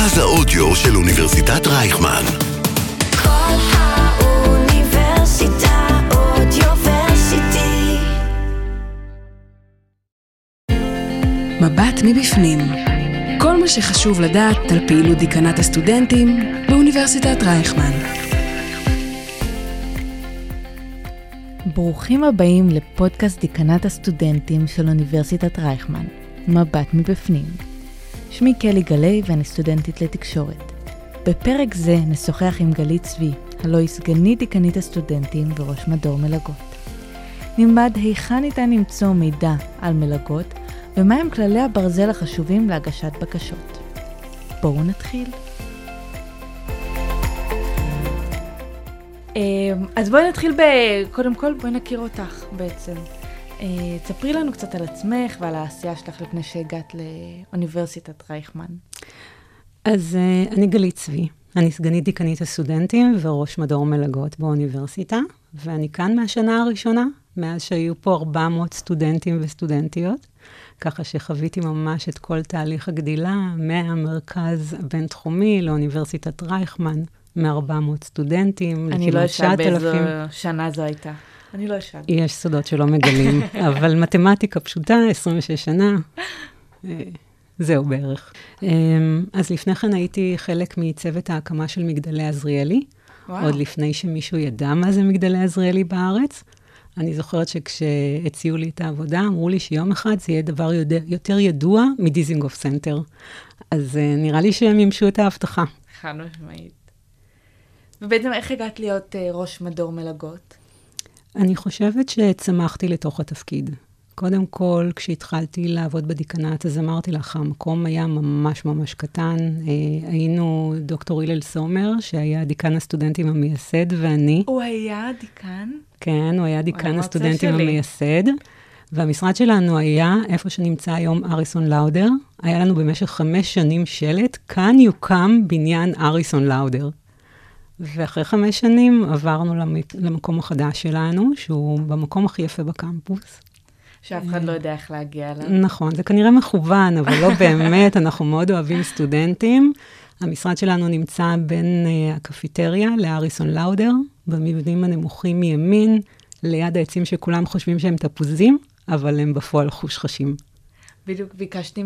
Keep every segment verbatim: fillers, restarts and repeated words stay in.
מרכז האודיו של אוניברסיטת רייכמן. כל האוניברסיטה אודיוורסיטי. מבט מבפנים. כל מה שחשוב לדעת על פעילות דיקנת הסטודנטים באוניברסיטת רייכמן. ברוכים הבאים לפודקאסט דיקנת הסטודנטים של אוניברסיטת רייכמן, מבט מבפנים. שמי קלי גלי ואני סטודנטית לתקשורת. בפרק זה נשוחח עם גלית צבי, הלוא היא סגנית דיקנית הסטודנטים וראש מדור מלגות. נלמד היכן ניתן למצוא מידע על מלגות ומהם כללי הברזל החשובים להגשת בקשות. בואו נתחיל. אז בואי נתחיל ב... קודם כל בואי נכיר אותך בעצם. תספרי לנו קצת על עצמך ועל העשייה שלך לפני שהגעת לאוניברסיטת רייכמן. אז אני גלית צבי, אני סגנית דיקנית הסטודנטים וראש מדור מלגות באוניברסיטה, ואני כאן מהשנה הראשונה, מאז שהיו פה ארבע מאות סטודנטים וסטודנטיות, ככה שחוויתי ממש את כל תהליך הגדילה מהמרכז הבינתחומי לאוניברסיטת רייכמן, מ-ארבע מאות סטודנטים, אני לא אשאל באיזו שנה זו הייתה. אני לא אשאל. יש סודות שלא מגלים, אבל מתמטיקה פשוטה, עשרים ושש שנה, זהו בערך. אז לפני כן הייתי חלק מצוות ההקמה של מגדלי עזריאלי, וואו. עוד לפני שמישהו ידע מה זה מגדלי עזריאלי בארץ. אני זוכרת שכשהציעו לי את העבודה, אמרו לי שיום אחד זה יהיה דבר יותר ידוע מדיזינגוף סנטר. אז נראה לי שהם ימשו את ההבטחה. חד משמעית. ובעצם איך הגעת להיות uh, ראש מדור מלגות? אני חושבת שצמחתי לתוך התפקיד. קודם כל, כשהתחלתי לעבוד בדיקנט, אז אמרתי לך, המקום היה ממש ממש קטן. אה, היינו דוקטור הלל סומר, שהיה דיקן הסטודנטים המייסד, ואני... הוא היה דיקן? כן, הוא היה דיקן הסטודנטים המייסד. והמשרד שלנו היה, איפה שנמצא היום אריסון לאודר, היה לנו במשך חמש שנים שלט, כאן יוקם בניין אריסון לאודר. ואחרי חמש שנים עברנו למקום החדש שלנו, שהוא במקום הכי יפה בקמפוס. שאף אחד לא יודע איך להגיע אליו. נכון, זה כנראה מכוון, אבל לא באמת, אנחנו מאוד אוהבים סטודנטים. המשרד שלנו נמצא בין הקפיטריה לאריסון לאודר, במבנים הנמוכים מימין, ליד העצים שכולם חושבים שהם תפוזים, אבל הם בפועל חושחשים. בדיוק ביקשתי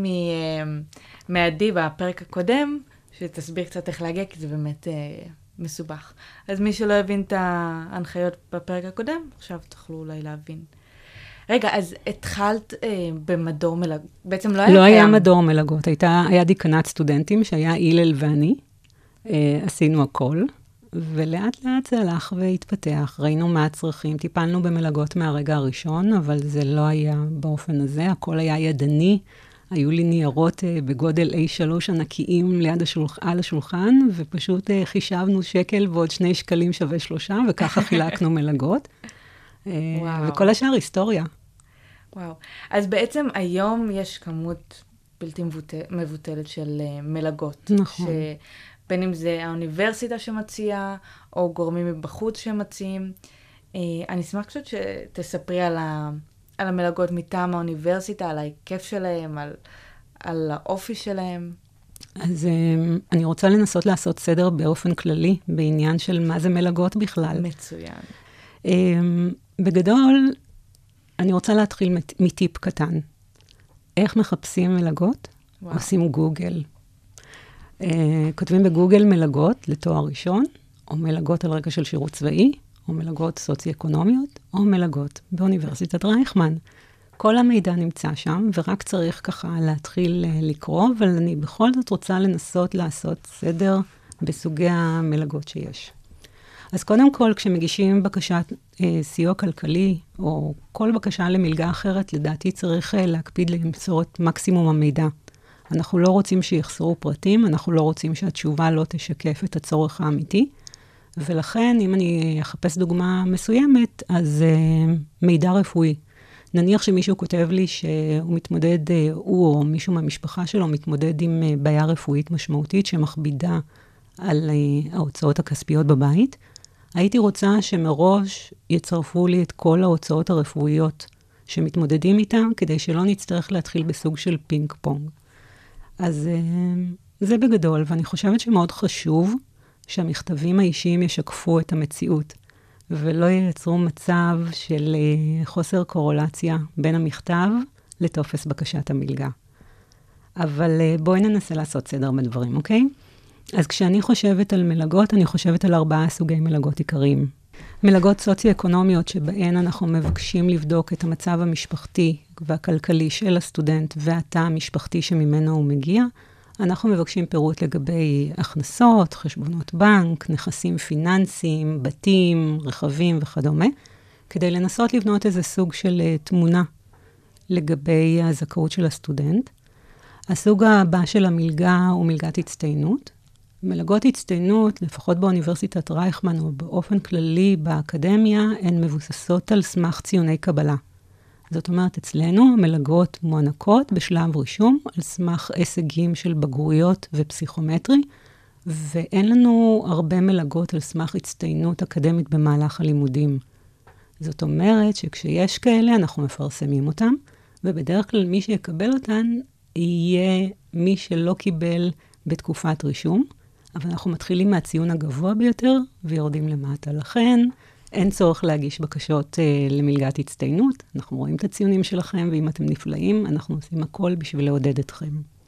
מעדי בפרק הקודם, שתסביר קצת איך להגיע, כי זה באמת... מסובך. אז מי שלא הבין את ההנחיות בפרק הקודם, עכשיו תוכלו אולי להבין. רגע, אז התחלת אה, במדור מלגות, בעצם לא היה... לא היה מדור מלגות, הייתה, היה דיקנת סטודנטים, שהיה הלל ואני, אה, עשינו הכל, ולאט לאט זה הלך והתפתח, ראינו מה הצרכים, טיפלנו במלגות מהרגע הראשון, אבל זה לא היה באופן הזה, הכל היה ידני, היו לי ניירות uh, בגודל איי שלוש ענקיים ליד השולח, על השולחן, ופשוט uh, חישבנו שקל ועוד שני שקלים שווה שלושה, וככה חילקנו מלגות. Uh, וכל השאר היסטוריה. וואו. אז בעצם היום יש כמות בלתי מבוטלת של uh, מלגות. נכון. בין אם זה האוניברסיטה שמציעה, או גורמים מבחוץ שמציעים. Uh, אני אשמח קצת שתספרי על ה... על המלגות מטעם האוניברסיטה, על ההיקף שלהם, על, על האופי שלהם. אז um, אני רוצה לנסות לעשות סדר באופן כללי, בעניין של מה זה מלגות בכלל. מצוין. Um, בגדול, אני רוצה להתחיל מטיפ קטן. איך מחפשים מלגות? וואו. עושים גוגל. Uh, כותבים בגוגל מלגות לתואר ראשון, או מלגות על רקע של שירות צבאי, או מלגות סוציו-אקונומיות, או מלגות באוניברסיטת רייכמן. כל המידע נמצא שם, ורק צריך ככה להתחיל לקרוא, אבל אני בכל זאת רוצה לנסות לעשות סדר בסוגי המלגות שיש. אז קודם כל, כשמגישים בקשת אה, סיוע כלכלי, או כל בקשה למלגה אחרת, לדעתי צריך אה, להקפיד למסור את מקסימום המידע. אנחנו לא רוצים שיחסרו פרטים, אנחנו לא רוצים שהתשובה לא תשקף את הצורך האמיתי, ולכן, אם אני אחפש דוגמה מסוימת, אז uh, מידע רפואי. נניח שמישהו כותב לי שהוא מתמודד, uh, הוא או מישהו מהמשפחה שלו מתמודד עם uh, בעיה רפואית משמעותית שמכבידה על uh, ההוצאות הכספיות בבית, הייתי רוצה שמראש יצרפו לי את כל ההוצאות הרפואיות שמתמודדים איתם, כדי שלא נצטרך להתחיל בסוג של פינג פונג. אז uh, זה בגדול, ואני חושבת שמאוד חשוב שהמכתבים האישיים ישקפו את המציאות, ולא ייצרו מצב של חוסר קורולציה בין המכתב לטופס בקשת המלגה. אבל בואי ננסה לעשות סדר בדברים, אוקיי? אז כשאני חושבת על מלגות, אני חושבת על ארבעה סוגי מלגות עיקריים. מלגות סוציו-אקונומיות שבהן אנחנו מבקשים לבדוק את המצב המשפחתי והכלכלי של הסטודנט והתא המשפחתי שממנו הוא מגיע. אנחנו מבקשים פירוט לגבי הכנסות, חשבונות בנק, נכסים פיננסיים, בתים, רכבים וכדומה, כדי לנסות לבנות איזה סוג של תמונה לגבי הזכאות של הסטודנט. הסוג הבא של המלגה הוא מלגת הצטיינות. מלגות הצטיינות, לפחות באוניברסיטת רייכמן או באופן כללי באקדמיה, הן מבוססות על סמך ציוני קבלה. זאת אומרת, אצלנו המלגות מוענקות בשלב רישום על סמך הישגים של בגרויות ופסיכומטרי, ואין לנו הרבה מלגות על סמך הצטיינות אקדמית במהלך הלימודים. זאת אומרת שכשיש כאלה אנחנו מפרסמים אותם, ובדרך כלל מי שיקבל אותן יהיה מי שלא קיבל בתקופת רישום, אבל אנחנו מתחילים מהציון הגבוה ביותר ויורדים למטה. לכן אין צורך להגיש בקשות אה, למלגת הצטיינות. אנחנו רואים את הציונים שלכם, ואם אתם נפלאים, אנחנו עושים הכל בשביל לעודד אתכם.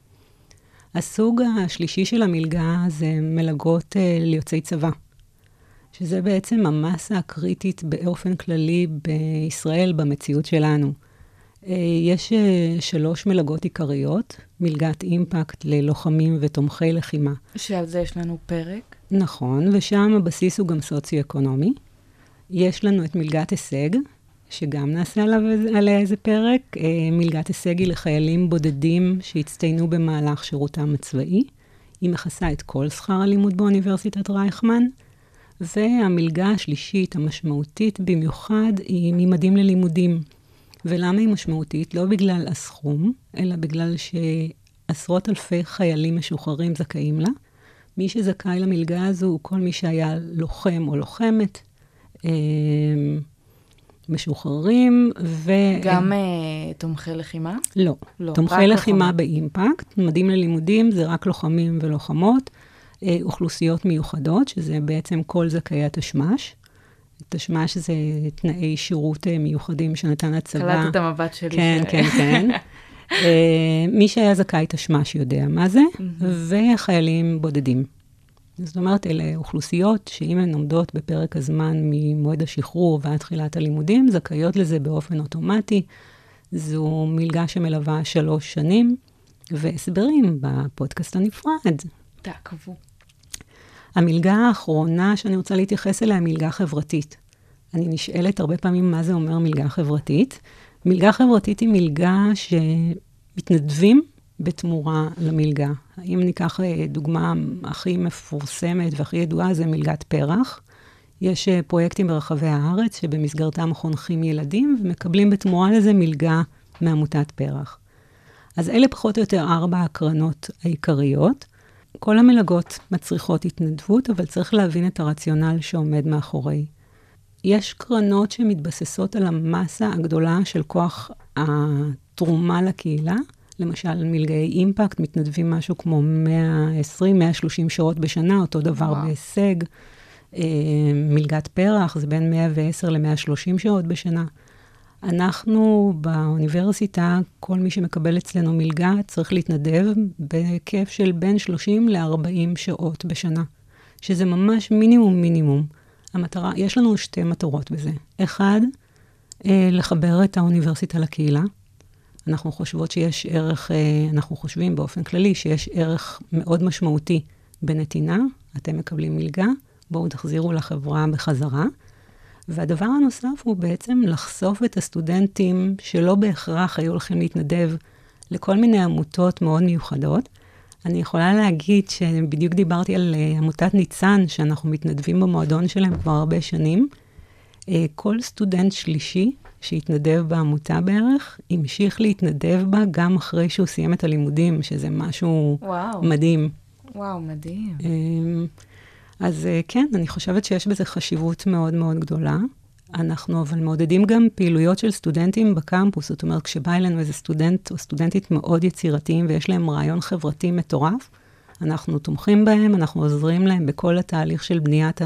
הסוג השלישי של המלגה זה מלגות אה, ליוצאי צבא, שזה בעצם המסה הקריטית באופן כללי בישראל, במציאות שלנו. יש שלוש מלגות עיקריות, מלגת אימפקט ללוחמים ותומכי לחימה. שעל זה יש לנו פרק. נכון, ושם הבסיס הוא גם סוציו-אקונומי. יש לנו את מלגת הישג, שגם נעשה עליו, עליה איזה פרק. מלגת הישג היא לחיילים בודדים שהצטיינו במהלך שירותם הצבאי. היא מכסה את כל שכר הלימוד באוניברסיטת רייכמן. והמלגה השלישית, המשמעותית במיוחד, היא ממדים ללימודים. ולמה היא משמעותית? לא בגלל הסכום, אלא בגלל שעשרות אלפי חיילים משוחררים זכאים לה. מי שזכאי למלגה הזו הוא כל מי שהיה לוחם או לוחמת, אה, משוחררים. ו... גם אה, תומכי לחימה? לא. לא תומכי לחימה לוחמות. באימפקט. מדים ללימודים זה רק לוחמים ולוחמות. אה, אוכלוסיות מיוחדות, שזה בעצם כל זכאי התשמש. תשמש זה תנאי שירות מיוחדים שנתן הצבא. קלט את המבט שלי. כן, כן, כן. מי שהיה זכאי תשמש יודע מה זה, וחיילים בודדים. זאת אומרת, אלה אוכלוסיות שאם הן עומדות בפרק הזמן ממועד השחרור ועד תחילת הלימודים, זכאיות לזה באופן אוטומטי. זו מלגה שמלווה שלוש שנים, והסברים בפודקאסט הנפרד. תעקבו. המלגה האחרונה שאני רוצה להתייחס אליה, מלגה חברתית. אני נשאלת הרבה פעמים מה זה אומר מלגה חברתית. מלגה חברתית היא מלגה שמתנדבים בתמורה למלגה. אם ניקח דוגמה הכי מפורסמת והכי ידועה, זה מלגת פרח. יש פרויקטים ברחבי הארץ שבמסגרתם חונכים ילדים ומקבלים בתמורה לזה מלגה מעמותת פרח. אז אלה פחות או יותר ארבע הקרנות העיקריות. כל המלגות מצריכות התנדבות, אבל צריך להבין את הרציונל שעומד מאחורי. יש קרנות שמתבססות על המסה הגדולה של כוח התרומה לקהילה. למשל, מלגאי אימפקט מתנדבים משהו כמו מאה עשרים עד מאה שלושים שעות בשנה, אותו דבר וואו. בהישג. מלגת פרח זה בין מאה ועשר עד מאה ושלושים שעות בשנה. אנחנו באוניברסיטה, כל מי שמקבל אצלנו מלגה צריך להתנדב בהיקף של בין שלושים לארבעים שעות בשנה, שזה ממש מינימום מינימום. המטרה, יש לנו שתי מטרות בזה. אחד, אה, לחבר את האוניברסיטה לקהילה. אנחנו חושבות שיש ערך, אה, אנחנו חושבים באופן כללי שיש ערך מאוד משמעותי בנתינה. אתם מקבלים מלגה, בואו תחזירו לחברה בחזרה. והדבר הנוסף הוא בעצם לחשוף את הסטודנטים שלא בהכרח היו הולכים להתנדב לכל מיני עמותות מאוד מיוחדות. אני יכולה להגיד שבדיוק דיברתי על עמותת ניצן, שאנחנו מתנדבים במועדון שלהם כבר הרבה שנים. כל סטודנט שלישי שהתנדב בעמותה בערך, המשיך להתנדב בה גם אחרי שהוא סיים את הלימודים, שזה משהו וואו. מדהים. וואו, מדהים. אז כן, אני חושבת שיש בזה חשיבות מאוד מאוד גדולה. אנחנו אבל מעודדים גם פעילויות של סטודנטים בקמפוס. זאת אומרת, כשבא אלינו איזה סטודנט או סטודנטית מאוד יצירתיים, ויש להם רעיון חברתי מטורף, אנחנו תומכים בהם, אנחנו עוזרים להם בכל התהליך של בניית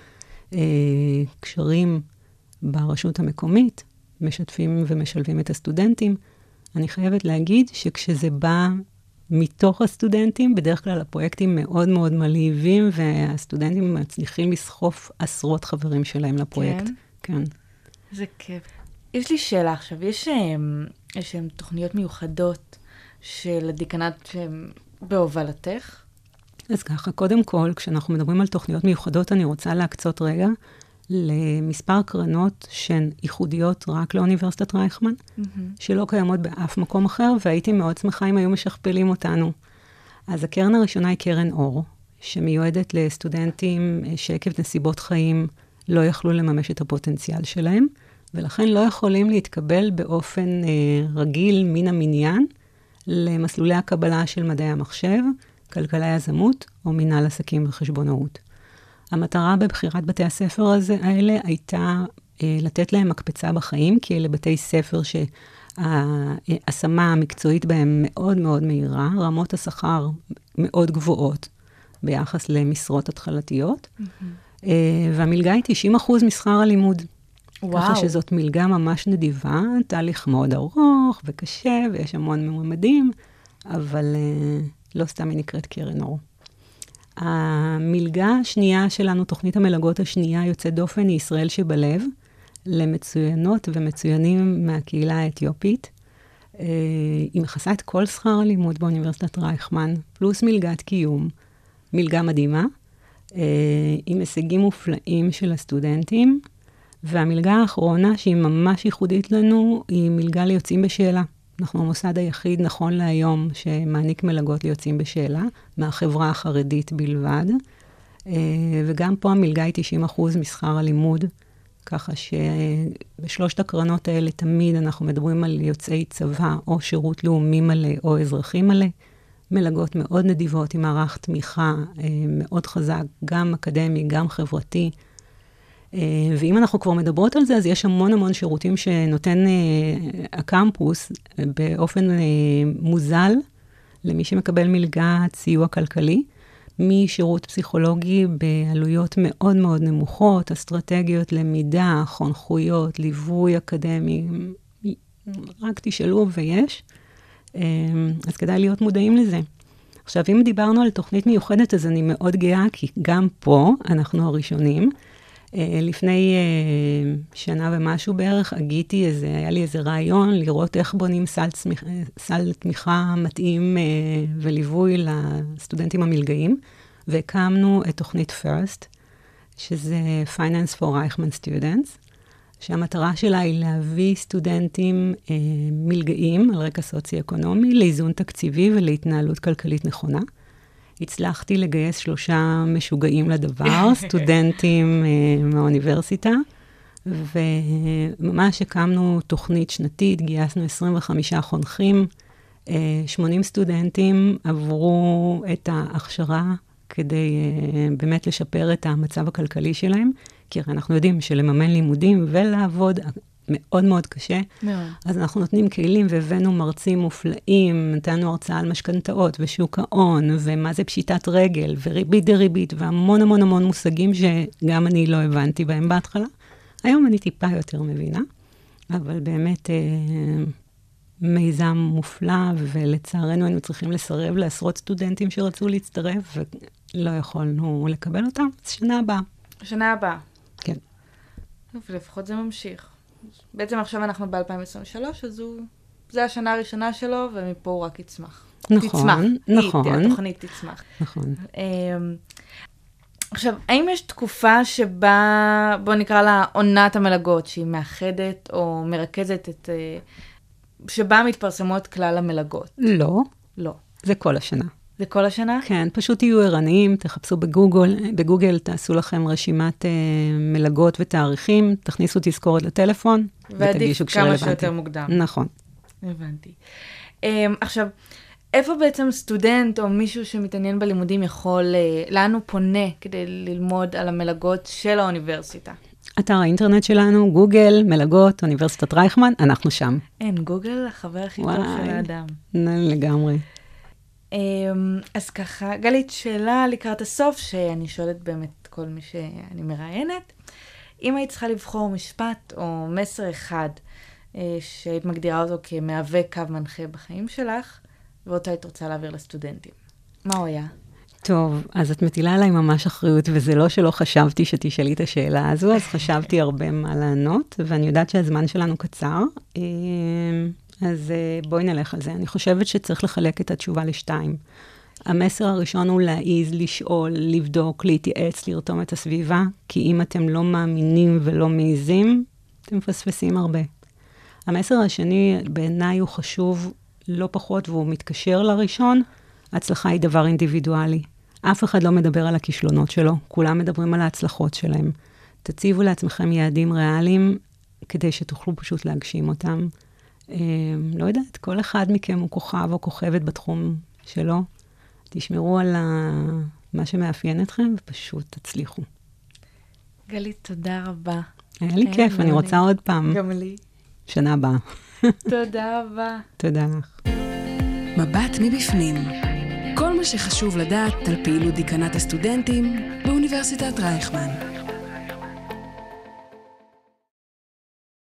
הקשרים ברשות המקומית, משתפים ומשלבים את הסטודנטים. אני חייבת להגיד שכשזה בא מתוך הסטודנטים, בדרך כלל הפרויקטים מאוד מאוד מלהיבים, והסטודנטים מצליחים לסחוף עשרות חברים שלהם לפרויקט. כן? כן. זה כיף. יש לי שאלה עכשיו, יש שהן תוכניות מיוחדות של הדיקנט שהן בהובלתך? אז ככה, קודם כל, כשאנחנו מדברים על תוכניות מיוחדות, אני רוצה להקצות רגע למספר קרנות שהן ייחודיות רק לאוניברסיטת רייכמן, mm-hmm. שלא קיימות באף מקום אחר, והייתי מאוד שמחה אם היו משכפלים אותנו. אז הקרן הראשונה היא קרן אור, שמיועדת לסטודנטים שעקב נסיבות חיים לא יכלו לממש את הפוטנציאל שלהם, ולכן לא יכולים להתקבל באופן אה, רגיל מן המניין למסלולי הקבלה של מדעי המחשב, כלכלה יזמות או מנהל עסקים וחשבונאות. המטרה בבחירת בתי הספר הזה, האלה הייתה אה, לתת להם מקפצה בחיים, כי אלה בתי ספר שההשמה המקצועית בהם מאוד מאוד מהירה, רמות השכר מאוד גבוהות ביחס למשרות התחלתיות, mm-hmm. אה, והמלגה היא תשעים אחוז משכר הלימוד. וואו. ככה שזאת מלגה ממש נדיבה, תהליך מאוד ארוך וקשה, ויש המון מועמדים, אבל אה, לא סתם היא נקראת קרן אור. המלגה השנייה שלנו, תוכנית המלגות השנייה יוצאת דופן, היא ישראל שבלב, למצוינות ומצוינים מהקהילה האתיופית. היא מכסה את כל שכר הלימוד באוניברסיטת רייכמן, פלוס מלגת קיום, מלגה מדהימה, עם הישגים מופלאים של הסטודנטים, והמלגה האחרונה, שהיא ממש ייחודית לנו, היא מלגה ליוצאים בשאלה. אנחנו המוסד היחיד נכון להיום שמעניק מלגות ליוצאים בשאלה, מהחברה החרדית בלבד, וגם פה המלגה היא תשעים אחוז משכר הלימוד, ככה שבשלושת הקרנות האלה תמיד אנחנו מדברים על יוצאי צבא, או שירות לאומי מלא, או אזרחי מלא, מלגות מאוד נדיבות, עם מערך תמיכה מאוד חזק, גם אקדמי, גם חברתי, ואם אנחנו כבר מדברות על זה, אז יש המון המון שירותים שנותן הקמפוס באופן מוזל למי שמקבל מלגת סיוע כלכלי, משירות פסיכולוגי בעלויות מאוד מאוד נמוכות, אסטרטגיות למידה, חונכויות, ליווי אקדמי, רק תשאלו ויש. אז כדאי להיות מודעים לזה. עכשיו, אם דיברנו על תוכנית מיוחדת, אז אני מאוד גאה, כי גם פה אנחנו הראשונים. Uh, לפני uh, שנה ומשהו בערך, הגיתי איזה, היה לי איזה רעיון לראות איך בונים סל, צמיח, סל תמיכה מתאים uh, וליווי לסטודנטים המלגאים, והקמנו את תוכנית First, שזה Finance for Reichman Students, שהמטרה שלה היא להביא סטודנטים uh, מלגאים על רקע סוציו-אקונומי, לאיזון תקציבי ולהתנהלות כלכלית נכונה. הצלחתי לגייס שלושה משוגעים לדבר, סטודנטים uh, מהאוניברסיטה, וממש הקמנו תוכנית שנתית, גייסנו עשרים וחמישה חונכים, uh, שמונים סטודנטים עברו את ההכשרה כדי uh, באמת לשפר את המצב הכלכלי שלהם, כי אנחנו יודעים שלממן לימודים ולעבוד מאוד מאוד קשה. מאוד. אז אנחנו נותנים כלים והבאנו מרצים מופלאים, נתנו הרצאה על משכנתאות ושוק ההון, ומה זה פשיטת רגל, וריבית דריבית, והמון המון המון מושגים שגם אני לא הבנתי בהם בהתחלה. היום אני טיפה יותר מבינה, אבל באמת אה, מיזם מופלא, ולצערנו היינו צריכים לסרב לעשרות סטודנטים שרצו להצטרף, ולא יכולנו לקבל אותם. אז שנה הבאה. שנה הבאה. כן. ולפחות זה ממשיך. בעצם עכשיו אנחנו ב-אלפיים עשרים ושלוש, אז הוא, זה השנה הראשונה שלו, ומפה הוא רק יצמח. נכון, תצמח. נכון. היא, התוכנית תצמח. נכון. עכשיו, האם יש תקופה שבה, בוא נקרא לה עונת המלגות, שהיא מאחדת או מרכזת את, שבה מתפרסמות כלל המלגות? לא. לא. זה כל השנה. זה כל השנה? כן, פשוט תהיו ערניים, תחפשו בגוגל, בגוגל תעשו לכם רשימת אה, מלגות ותאריכים, תכניסו תזכורת לטלפון, ותגישו כשרלוונטי. ועדיף כמה שיותר מוקדם. נכון. הבנתי. Um, עכשיו, איפה בעצם סטודנט או מישהו שמתעניין בלימודים יכול, uh, לאן הוא פונה כדי ללמוד על המלגות של האוניברסיטה? אתר האינטרנט שלנו, גוגל, מלגות, אוניברסיטת רייכמן, אנחנו שם. אין, גוגל החבר הכי טוב של האדם. לגמרי. אז ככה, גלית, שאלה לקראת הסוף, שאני שואלת באמת כל מי שאני מראיינת. אם היית צריכה לבחור משפט או מסר אחד, שהיית מגדירה אותו כמהווה קו מנחה בחיים שלך, ואותו היית רוצה להעביר לסטודנטים. מה הוא היה? טוב, אז את מטילה עליי ממש אחריות, וזה לא שלא חשבתי שתשאלי את השאלה הזו, אז חשבתי הרבה מה לענות, ואני יודעת שהזמן שלנו קצר, אז בואי נלך על זה. אני חושבת שצריך לחלק את התשובה לשתיים. המסר הראשון הוא להעיז, לשאול, לבדוק, להתייעץ, לרתום את הסביבה, כי אם אתם לא מאמינים ולא מעיזים, אתם מפספסים הרבה. המסר השני בעיניי הוא חשוב לא פחות, והוא מתקשר לראשון, ההצלחה היא דבר אינדיבידואלי. אף אחד לא מדבר על הכישלונות שלו, כולם מדברים על ההצלחות שלהם. תציבו לעצמכם יעדים ריאליים, כדי שתוכלו פשוט להגשים אותם. אה, לא יודעת, כל אחד מכם הוא כוכב או כוכבת בתחום שלו. תשמרו על ה... מה שמאפיין אתכם, ופשוט תצליחו. גלית, תודה רבה. היה לי כיף, אני רוצה עוד פעם. גם לי. שנה הבאה. תודה רבה. תודה לך. מבט מבפנים. כל מה שחשוב לדעת על פעילות דיקנת הסטודנטים באוניברסיטת רייכמן.